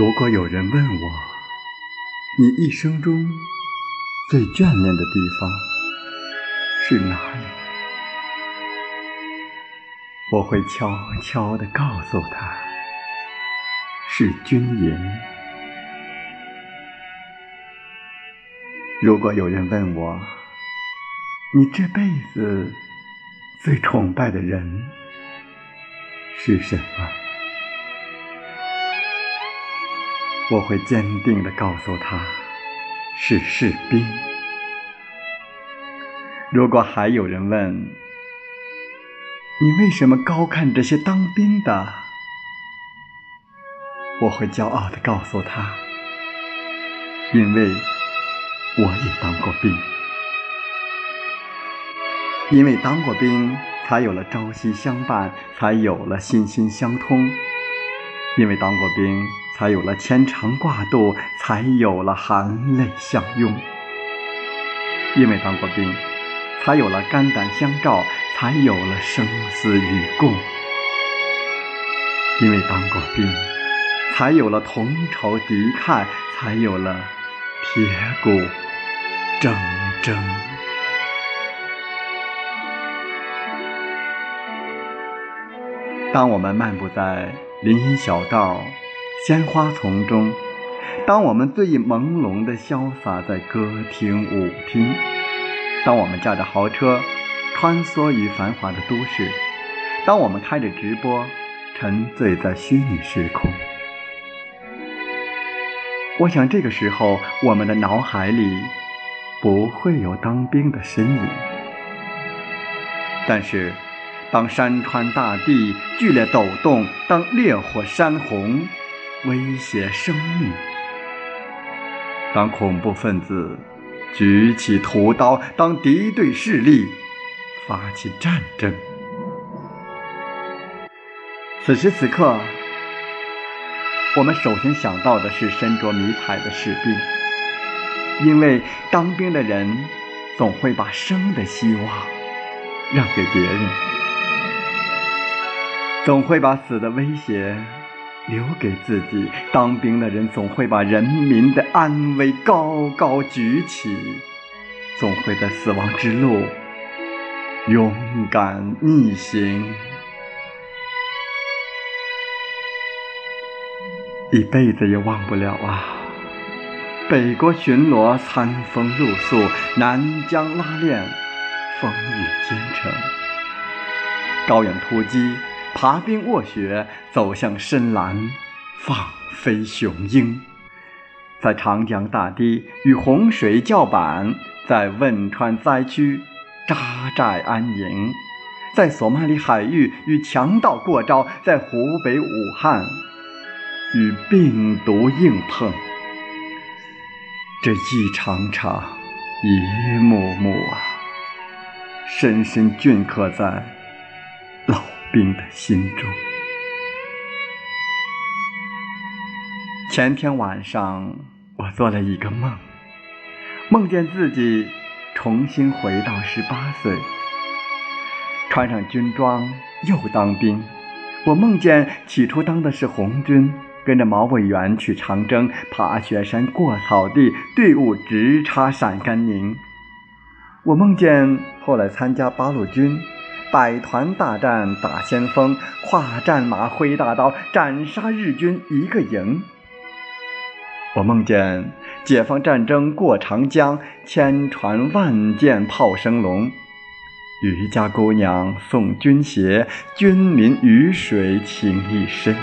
如果有人问我，你一生中最眷恋的地方是哪里？我会悄悄地告诉他，是军营。如果有人问我，你这辈子最崇拜的人是什么？我会坚定地告诉他，是士兵。如果还有人问，你为什么高看这些当兵的？我会骄傲地告诉他，因为我也当过兵。因为当过兵，才有了朝夕相伴，才有了心心相通。因为当过兵，才有了牵肠挂肚，才有了含泪相拥。因为当过兵，才有了肝胆相照，才有了生死与共。因为当过兵，才有了同仇敌忾，才有了铁骨铮铮。当我们漫步在林荫小道、鲜花丛中，当我们醉意朦胧地潇洒在歌厅舞厅，当我们驾着豪车穿梭于繁华的都市，当我们开着直播沉醉在虚拟时空，我想这个时候我们的脑海里不会有当兵的身影。但是当山川大地剧烈抖动，当烈火山洪威胁生命，当恐怖分子举起屠刀，当敌对势力发起战争，此时此刻，我们首先想到的是身着迷彩的士兵，因为当兵的人总会把生的希望让给别人，总会把死的威胁留给自己。当兵的人总会把人民的安危高高举起，总会在死亡之路勇敢逆行。一辈子也忘不了啊！北国巡逻餐风露宿，南疆拉练风雨兼程，高远突击爬冰卧雪，走向深蓝放飞雄鹰，在长江大堤与洪水叫板，在汶川灾区扎寨安营，在索马里海域与强盗过招，在湖北武汉与病毒硬碰。这一场场一幕幕啊，深深镌刻在老兵的心中。前天晚上我做了一个梦，梦见自己重新回到18岁，穿上军装又当兵。我梦见起初当的是红军，跟着毛委员去长征，爬雪山过草地，队伍直插陕甘宁。我梦见后来参加八路军，百团大战打先锋，跨战马挥大刀斩杀日军一个营。我梦见解放战争过长江，千船万舰炮声隆，渔家姑娘送军鞋，军民鱼水情意深。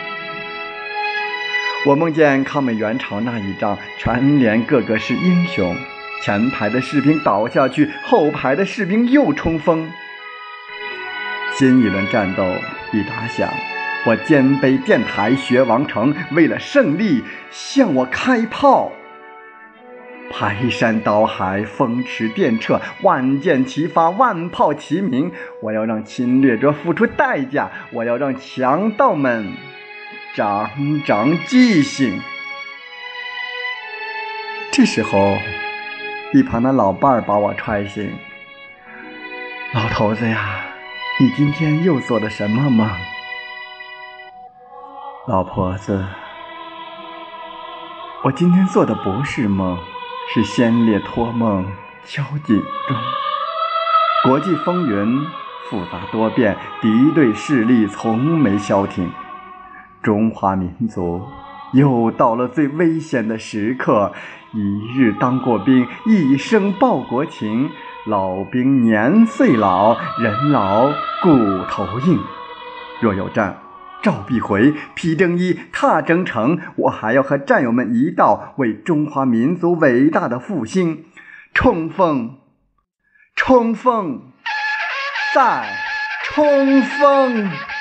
我梦见抗美援朝那一仗，全连个个是英雄，前排的士兵倒下去，后排的士兵又冲锋。新一轮战斗一打响，我肩背电台学王城，为了胜利向我开炮。排山倒海，风驰电掣，万箭齐发，万炮齐鸣。我要让侵略者付出代价，我要让强盗们长长记性。这时候一旁的老伴儿把我踹醒，老头子呀，你今天又做了什么梦？老婆子， 我今天做的不是梦，是先烈托梦敲警钟。国际风云复杂多变，敌对势力从没消停。中华民族又到了最危险的时刻，一日当过兵，一生报国情。老兵年岁老，人老骨头硬。若有战，召必回，披征衣，踏征程。我还要和战友们一道，为中华民族伟大的复兴冲锋，冲锋，再冲锋！